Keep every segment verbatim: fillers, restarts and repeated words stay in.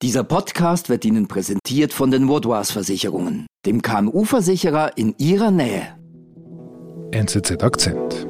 Dieser Podcast wird Ihnen präsentiert von den Vaudoise Versicherungen, dem K M U-Versicherer in Ihrer Nähe. N Z Z Akzent.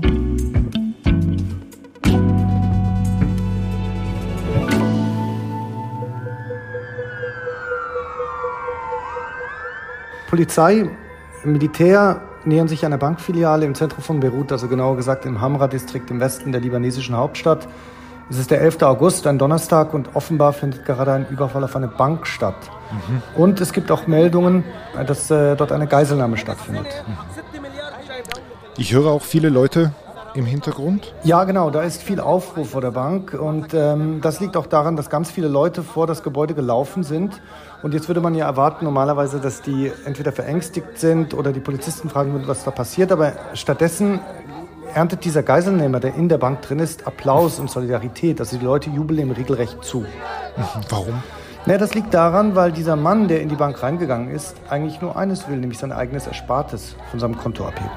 Polizei, Militär nähern sich einer Bankfiliale im Zentrum von Beirut, also genauer gesagt im Hamra-Distrikt im Westen der libanesischen Hauptstadt. Es ist der elfter August, ein Donnerstag, und offenbar findet gerade ein Überfall auf eine Bank statt. Mhm. Und es gibt auch Meldungen, dass äh, dort eine Geiselnahme stattfindet. Mhm. Ich höre auch viele Leute im Hintergrund. Ja, genau, da ist viel Aufruhr vor der Bank, und ähm, das liegt auch daran, dass ganz viele Leute vor das Gebäude gelaufen sind. Und jetzt würde man ja erwarten normalerweise, dass die entweder verängstigt sind oder die Polizisten fragen würden, was da passiert. Aber stattdessen erntet dieser Geiselnehmer, der in der Bank drin ist, Applaus und Solidarität. Also die Leute jubeln ihm regelrecht zu. Warum? Na, das liegt daran, weil dieser Mann, der in die Bank reingegangen ist, eigentlich nur eines will, nämlich sein eigenes Erspartes von seinem Konto abheben.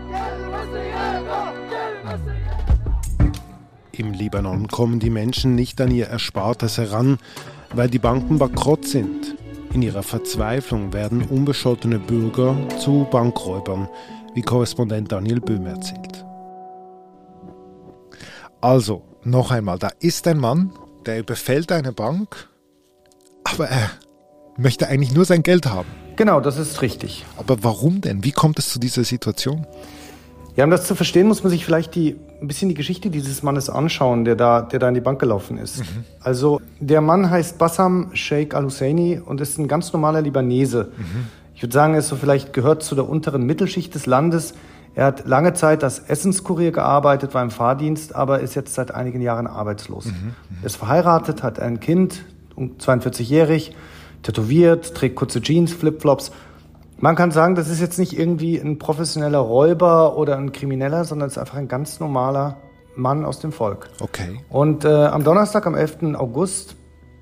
Im Libanon kommen die Menschen nicht an ihr Erspartes heran, weil die Banken bankrott sind. In ihrer Verzweiflung werden unbescholtene Bürger zu Bankräubern, wie Korrespondent Daniel Böhm erzählt. Also, noch einmal, da ist ein Mann, der überfällt eine Bank, aber er möchte eigentlich nur sein Geld haben. Genau, das ist richtig. Aber warum denn? Wie kommt es zu dieser Situation? Ja, um das zu verstehen, muss man sich vielleicht die, ein bisschen die Geschichte dieses Mannes anschauen, der da, der da in die Bank gelaufen ist. Mhm. Also der Mann heißt Bassam Sheikh Al-Husseini und ist ein ganz normaler Libanese. Mhm. Ich würde sagen, er ist so vielleicht gehört zu der unteren Mittelschicht des Landes. Er hat lange Zeit als Essenskurier gearbeitet, war im Fahrdienst, aber ist jetzt seit einigen Jahren arbeitslos. Mhm. Er ist verheiratet, hat ein Kind, zweiundvierzigjährig, tätowiert, trägt kurze Jeans, Flipflops. Man kann sagen, das ist jetzt nicht irgendwie ein professioneller Räuber oder ein Krimineller, sondern es ist einfach ein ganz normaler Mann aus dem Volk. Okay. Und äh, am Donnerstag, am elften August,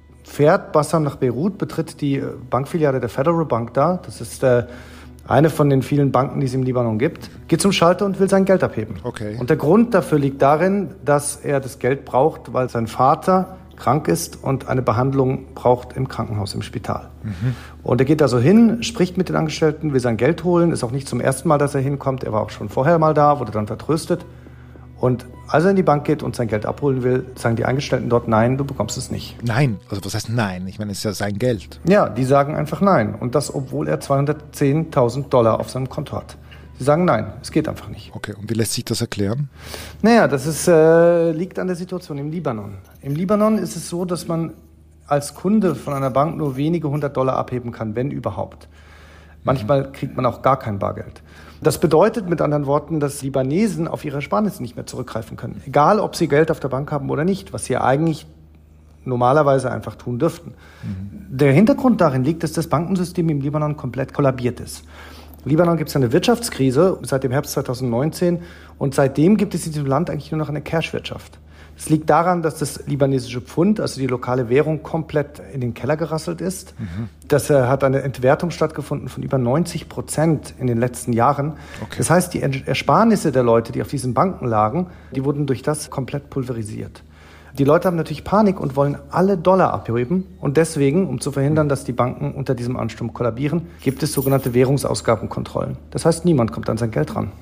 fährt Bassam nach Beirut, betritt die Bankfiliale der Federal Bank da. Das ist äh, eine von den vielen Banken, die es im Libanon gibt. Geht zum Schalter und will sein Geld abheben. Okay. Und der Grund dafür liegt darin, dass er das Geld braucht, weil sein Vater krank ist und eine Behandlung braucht im Krankenhaus, im Spital. Mhm. Und er geht also hin, spricht mit den Angestellten, will sein Geld holen. Ist auch nicht zum ersten Mal, dass er hinkommt. Er war auch schon vorher mal da, wurde dann vertröstet. Und als er in die Bank geht und sein Geld abholen will, sagen die Angestellten dort, nein, du bekommst es nicht. Nein? Also was heißt nein? Ich meine, es ist ja sein Geld. Ja, die sagen einfach nein. Und das, obwohl er zweihundertzehntausend Dollar auf seinem Konto hat. Sie sagen nein, es geht einfach nicht. Okay, und wie lässt sich das erklären? Naja, das ist, äh, liegt an der Situation im Libanon. Im Libanon ist es so, dass man als Kunde von einer Bank nur wenige hundert Dollar abheben kann, wenn überhaupt. Manchmal mhm. kriegt man auch gar kein Bargeld. Das bedeutet mit anderen Worten, dass Libanesen auf ihre Ersparnisse nicht mehr zurückgreifen können. Egal, ob sie Geld auf der Bank haben oder nicht, was sie eigentlich normalerweise einfach tun dürften. Mhm. Der Hintergrund darin liegt, dass das Bankensystem im Libanon komplett kollabiert ist. Im Libanon gibt es eine Wirtschaftskrise seit dem Herbst zweitausendneunzehn und seitdem gibt es in diesem Land eigentlich nur noch eine Cash-Wirtschaft. Es liegt daran, dass das libanesische Pfund, also die lokale Währung, komplett in den Keller gerasselt ist. Mhm. Das äh, hat eine Entwertung stattgefunden von über neunzig Prozent in den letzten Jahren. Okay. Das heißt, die Ersparnisse der Leute, die auf diesen Banken lagen, die wurden durch das komplett pulverisiert. Die Leute haben natürlich Panik und wollen alle Dollar abheben. Und deswegen, um zu verhindern, dass die Banken unter diesem Ansturm kollabieren, gibt es sogenannte Währungsausgabenkontrollen. Das heißt, niemand kommt an sein Geld ran.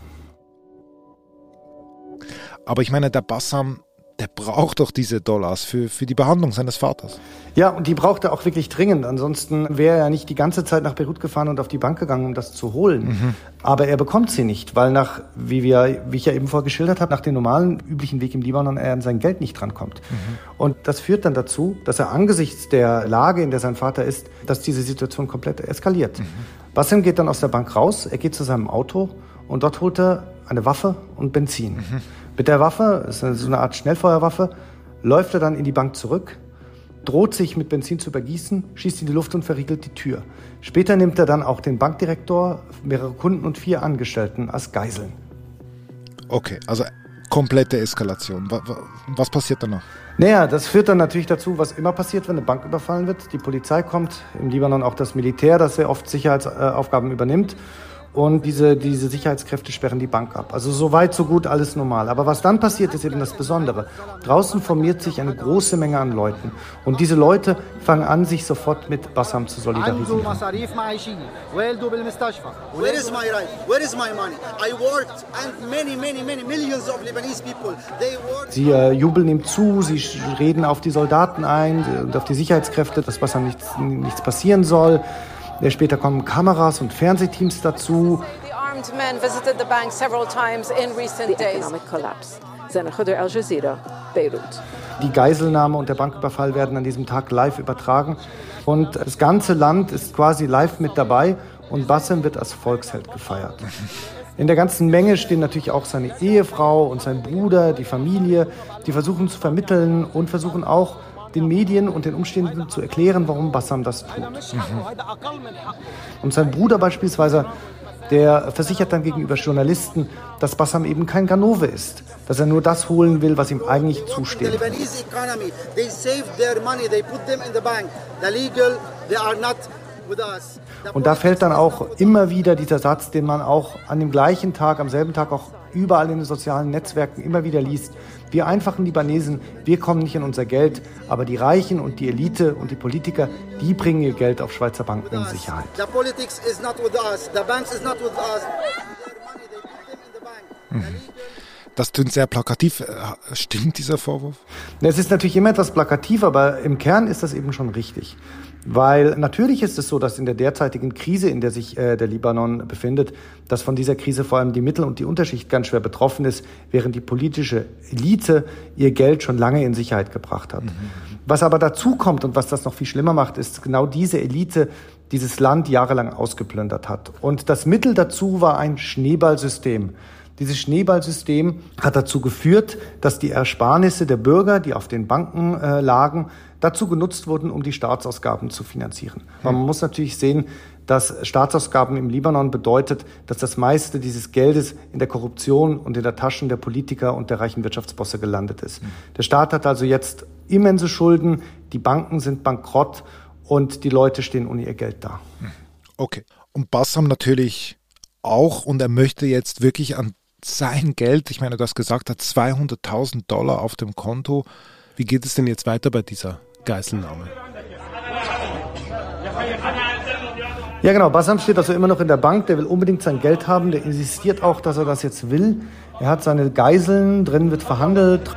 Aber ich meine, der Bassam, der braucht doch diese Dollars für, für die Behandlung seines Vaters. Ja, und die braucht er auch wirklich dringend. Ansonsten wäre er nicht die ganze Zeit nach Beirut gefahren und auf die Bank gegangen, um das zu holen. Mhm. Aber er bekommt sie nicht, weil nach, wie wir, wie ich ja eben vorher geschildert habe, nach dem normalen, üblichen Weg im Libanon er an sein Geld nicht drankommt. Mhm. Und das führt dann dazu, dass er angesichts der Lage, in der sein Vater ist, dass diese Situation komplett eskaliert. Mhm. Bassam geht dann aus der Bank raus, er geht zu seinem Auto und dort holt er eine Waffe und Benzin. Mhm. Mit der Waffe, das ist so eine Art Schnellfeuerwaffe, läuft er dann in die Bank zurück, droht sich mit Benzin zu übergießen, schießt in die Luft und verriegelt die Tür. Später nimmt er dann auch den Bankdirektor, mehrere Kunden und vier Angestellten als Geiseln. Okay, also komplette Eskalation. Was passiert danach? Naja, das führt dann natürlich dazu, was immer passiert, wenn eine Bank überfallen wird. Die Polizei kommt, im Libanon auch das Militär, das sehr oft Sicherheitsaufgaben übernimmt. und diese, diese Sicherheitskräfte sperren die Bank ab. Also so weit, so gut, alles normal. Aber was dann passiert, ist eben das Besondere. Draußen formiert sich eine große Menge an Leuten und diese Leute fangen an, sich sofort mit Bassam zu solidarisieren. Where is my right? Where is my money? I worked and many, many, many millions of Lebanese people, they worked. Sie äh, jubeln ihm zu, sie reden auf die Soldaten ein und auf die Sicherheitskräfte, dass Bassam nichts, nichts passieren soll. Später kommen Kameras und Fernsehteams dazu. The armed men visited the bank several times in recent days. Economic collapse. Zena Khuder, Al Jazeera, Beirut. Die Geiselnahme und der Banküberfall werden an diesem Tag live übertragen. Und das ganze Land ist quasi live mit dabei und Bassam wird als Volksheld gefeiert. In der ganzen Menge stehen natürlich auch seine Ehefrau und sein Bruder, die Familie. Die versuchen zu vermitteln und versuchen auch, den Medien und den Umstehenden zu erklären, warum Bassam das tut. Mhm. Und sein Bruder beispielsweise, der versichert dann gegenüber Journalisten, dass Bassam eben kein Ganove ist, dass er nur das holen will, was ihm eigentlich zusteht. Und da fällt dann auch immer wieder dieser Satz, den man auch an dem gleichen Tag, am selben Tag auch überall in den sozialen Netzwerken immer wieder liest. Wir einfachen Libanesen, wir kommen nicht an unser Geld, aber die Reichen und die Elite und die Politiker, die bringen ihr Geld auf Schweizer Banken in Sicherheit. Das klingt sehr plakativ. Stimmt dieser Vorwurf? Es ist natürlich immer etwas plakativ, aber im Kern ist das eben schon richtig. Weil natürlich ist es so, dass in der derzeitigen Krise, in der sich äh, der Libanon befindet, dass von dieser Krise vor allem die Mittel- und die Unterschicht ganz schwer betroffen ist, während die politische Elite ihr Geld schon lange in Sicherheit gebracht hat. Mhm. Was aber dazu kommt und was das noch viel schlimmer macht, ist genau diese Elite dieses Land jahrelang ausgeplündert hat. Und das Mittel dazu war ein Schneeballsystem. Dieses Schneeballsystem hat dazu geführt, dass die Ersparnisse der Bürger, die auf den Banken äh, lagen, dazu genutzt wurden, um die Staatsausgaben zu finanzieren. Man hm. muss natürlich sehen, dass Staatsausgaben im Libanon bedeutet, dass das meiste dieses Geldes in der Korruption und in der Taschen der Politiker und der reichen Wirtschaftsbosse gelandet ist. Hm. Der Staat hat also jetzt immense Schulden, die Banken sind bankrott und die Leute stehen ohne ihr Geld da. Okay. Und Bassam natürlich auch, und er möchte jetzt wirklich an sein Geld, ich meine, du hast gesagt, er hat zweihunderttausend Dollar auf dem Konto. Wie geht es denn jetzt weiter bei dieser Geiselnahme? Ja genau, Bassam steht also immer noch in der Bank, der will unbedingt sein Geld haben, der insistiert auch, dass er das jetzt will. Er hat seine Geiseln, drin wird verhandelt.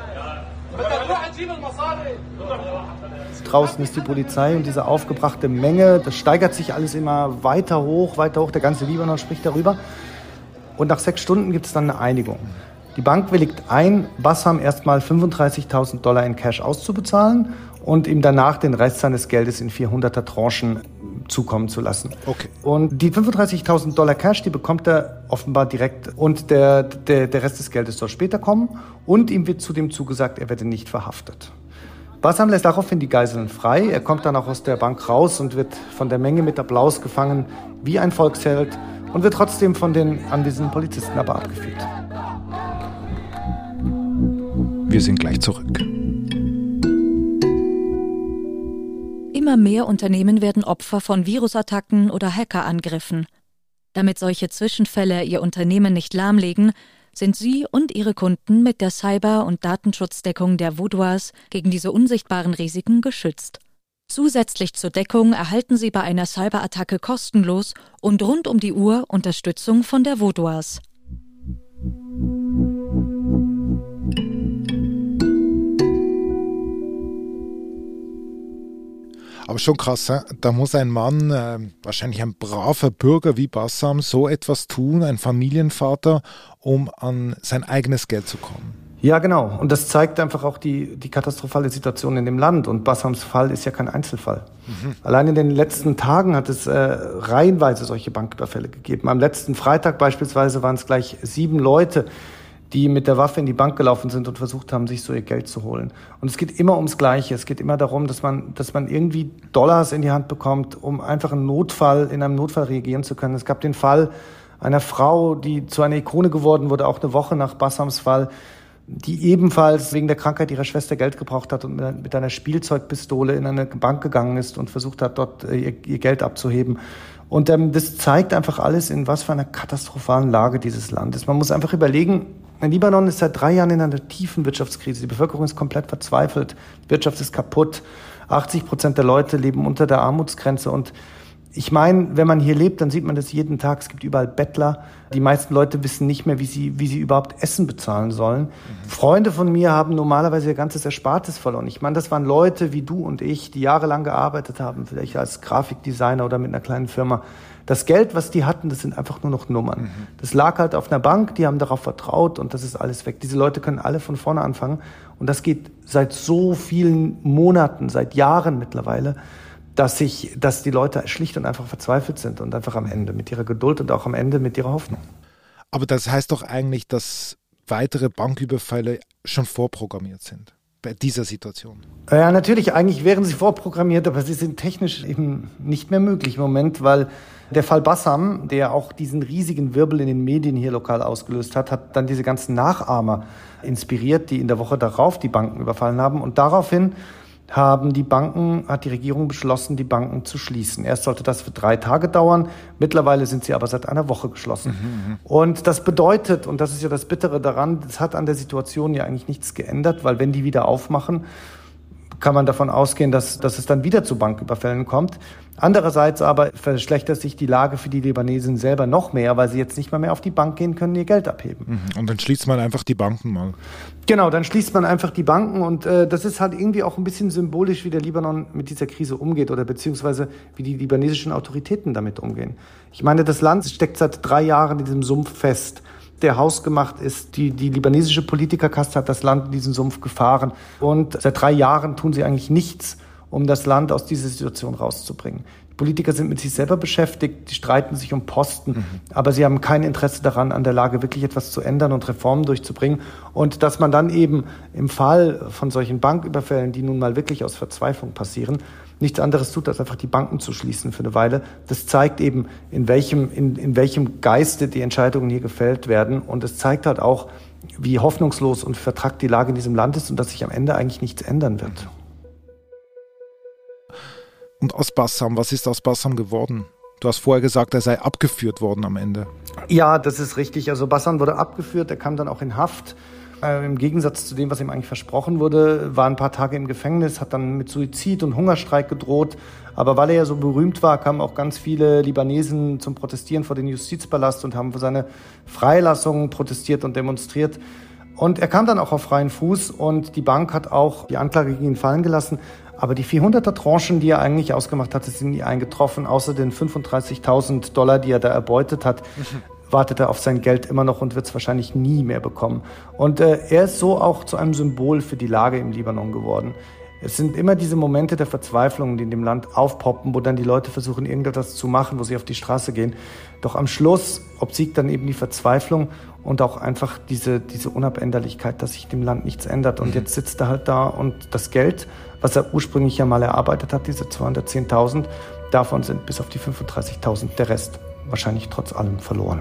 Draußen ist die Polizei und diese aufgebrachte Menge, das steigert sich alles immer weiter hoch, weiter hoch, der ganze Libanon spricht darüber. Und nach sechs Stunden gibt es dann eine Einigung. Die Bank willigt ein, Bassam erstmal fünfunddreißigtausend Dollar in Cash auszubezahlen und ihm danach den Rest seines Geldes in vierhunderter Tranchen zukommen zu lassen. Okay. Und die fünfunddreißigtausend Dollar Cash, die bekommt er offenbar direkt und der, der, der Rest des Geldes soll später kommen und ihm wird zudem zugesagt, er werde nicht verhaftet. Bassam lässt daraufhin die Geiseln frei, er kommt dann auch aus der Bank raus und wird von der Menge mit Applaus gefangen wie ein Volksheld und wird trotzdem von den anwesenden Polizisten aber abgeführt. Wir sind gleich zurück. Immer mehr Unternehmen werden Opfer von Virusattacken oder Hackerangriffen. Damit solche Zwischenfälle ihr Unternehmen nicht lahmlegen, sind sie und ihre Kunden mit der Cyber- und Datenschutzdeckung der Vaudoise gegen diese unsichtbaren Risiken geschützt. Zusätzlich zur Deckung erhalten sie bei einer Cyberattacke kostenlos und rund um die Uhr Unterstützung von der Vaudoise. Aber schon krass, da muss ein Mann, äh, wahrscheinlich ein braver Bürger wie Bassam, so etwas tun, ein Familienvater, um an sein eigenes Geld zu kommen. Ja, genau. Und das zeigt einfach auch die, die katastrophale Situation in dem Land. Und Bassams Fall ist ja kein Einzelfall. Mhm. Allein in den letzten Tagen hat es äh, reihenweise solche Banküberfälle gegeben. Am letzten Freitag beispielsweise waren es gleich sieben Leute, die mit der Waffe in die Bank gelaufen sind und versucht haben, sich so ihr Geld zu holen. Und es geht immer ums Gleiche. Es geht immer darum, dass man, dass man irgendwie Dollars in die Hand bekommt, um einfach einen Notfall, in einem Notfall reagieren zu können. Es gab den Fall einer Frau, die zu einer Ikone geworden wurde, auch eine Woche nach Bassams Fall, die ebenfalls wegen der Krankheit ihrer Schwester Geld gebraucht hat und mit einer Spielzeugpistole in eine Bank gegangen ist und versucht hat, dort ihr, ihr Geld abzuheben. Und ähm, das zeigt einfach alles, in was für einer katastrophalen Lage dieses Land ist. Man muss einfach überlegen, Libanon ist seit drei Jahren in einer tiefen Wirtschaftskrise. Die Bevölkerung ist komplett verzweifelt. Die Wirtschaft ist kaputt. achtzig Prozent der Leute leben unter der Armutsgrenze. Und ich meine, wenn man hier lebt, dann sieht man das jeden Tag. Es gibt überall Bettler. Die meisten Leute wissen nicht mehr, wie sie, wie sie überhaupt Essen bezahlen sollen. Mhm. Freunde von mir haben normalerweise ihr ganzes Erspartes verloren. Ich meine, das waren Leute wie du und ich, die jahrelang gearbeitet haben, vielleicht als Grafikdesigner oder mit einer kleinen Firma. Das Geld, was die hatten, das sind einfach nur noch Nummern. Mhm. Das lag halt auf einer Bank, die haben darauf vertraut und das ist alles weg. Diese Leute können alle von vorne anfangen. Und das geht seit so vielen Monaten, seit Jahren mittlerweile, dass ich, dass die Leute schlicht und einfach verzweifelt sind und einfach am Ende mit ihrer Geduld und auch am Ende mit ihrer Hoffnung. Aber das heißt doch eigentlich, dass weitere Banküberfälle schon vorprogrammiert sind bei dieser Situation. Ja, natürlich, eigentlich wären sie vorprogrammiert, aber sie sind technisch eben nicht mehr möglich im Moment, weil der Fall Bassam, der auch diesen riesigen Wirbel in den Medien hier lokal ausgelöst hat, hat dann diese ganzen Nachahmer inspiriert, die in der Woche darauf die Banken überfallen haben. Und daraufhin haben die Banken, hat die Regierung beschlossen, die Banken zu schließen. Erst sollte das für drei Tage dauern, mittlerweile sind sie aber seit einer Woche geschlossen. Mhm, und das bedeutet, und das ist ja das Bittere daran, das hat an der Situation ja eigentlich nichts geändert, weil wenn die wieder aufmachen, kann man davon ausgehen, dass, dass es dann wieder zu Banküberfällen kommt. Andererseits aber verschlechtert sich die Lage für die Libanesen selber noch mehr, weil sie jetzt nicht mal mehr auf die Bank gehen können, ihr Geld abheben. Und dann schließt man einfach die Banken mal. Genau, dann schließt man einfach die Banken und äh, das ist halt irgendwie auch ein bisschen symbolisch, wie der Libanon mit dieser Krise umgeht oder beziehungsweise wie die libanesischen Autoritäten damit umgehen. Ich meine, das Land steckt seit drei Jahren in diesem Sumpf fest, der hausgemacht ist. Die, die libanesische Politikerkaste hat das Land in diesen Sumpf gefahren. Und seit drei Jahren tun sie eigentlich nichts, um das Land aus dieser Situation rauszubringen. Die Politiker sind mit sich selber beschäftigt, die streiten sich um Posten, mhm. aber sie haben kein Interesse daran, an der Lage wirklich etwas zu ändern und Reformen durchzubringen. Und dass man dann eben im Fall von solchen Banküberfällen, die nun mal wirklich aus Verzweiflung passieren, nichts anderes tut, als einfach die Banken zu schließen für eine Weile. Das zeigt eben, in welchem, in, in welchem Geiste die Entscheidungen hier gefällt werden. Und es zeigt halt auch, wie hoffnungslos und vertrackt die Lage in diesem Land ist und dass sich am Ende eigentlich nichts ändern wird. Und aus Bassam, was ist aus Bassam geworden? Du hast vorher gesagt, er sei abgeführt worden am Ende. Ja, das ist richtig. Also Bassam wurde abgeführt, er kam dann auch in Haft. Äh, Im Gegensatz zu dem, was ihm eigentlich versprochen wurde, war ein paar Tage im Gefängnis, hat dann mit Suizid und Hungerstreik gedroht. Aber weil er ja so berühmt war, kamen auch ganz viele Libanesen zum Protestieren vor den Justizpalast und haben für seine Freilassung protestiert und demonstriert. Und er kam dann auch auf freien Fuß und die Bank hat auch die Anklage gegen ihn fallen gelassen. Aber die vierhunderter Tranchen, die er eigentlich ausgemacht hatte, sind nie eingetroffen. Außer den fünfunddreißigtausend Dollar, die er da erbeutet hat, wartet er auf sein Geld immer noch und wird es wahrscheinlich nie mehr bekommen. Und äh, er ist so auch zu einem Symbol für die Lage im Libanon geworden. Es sind immer diese Momente der Verzweiflung, die in dem Land aufpoppen, wo dann die Leute versuchen, irgendetwas zu machen, wo sie auf die Straße gehen. Doch am Schluss obsiegt dann eben die Verzweiflung und auch einfach diese, diese Unabänderlichkeit, dass sich dem Land nichts ändert. Und jetzt sitzt er halt da und das Geld, was er ursprünglich ja mal erarbeitet hat, diese zweihundertzehntausend, davon sind bis auf die fünfunddreißigtausend der Rest wahrscheinlich trotz allem verloren.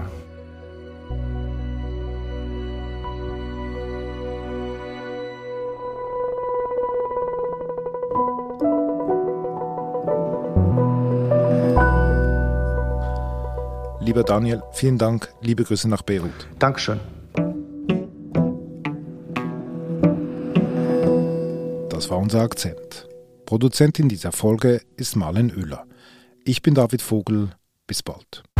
Lieber Daniel, vielen Dank. Liebe Grüße nach Beirut. Dankeschön. Das war unser Akzent. Produzentin dieser Folge ist Marlen Oehler. Ich bin David Vogel. Bis bald.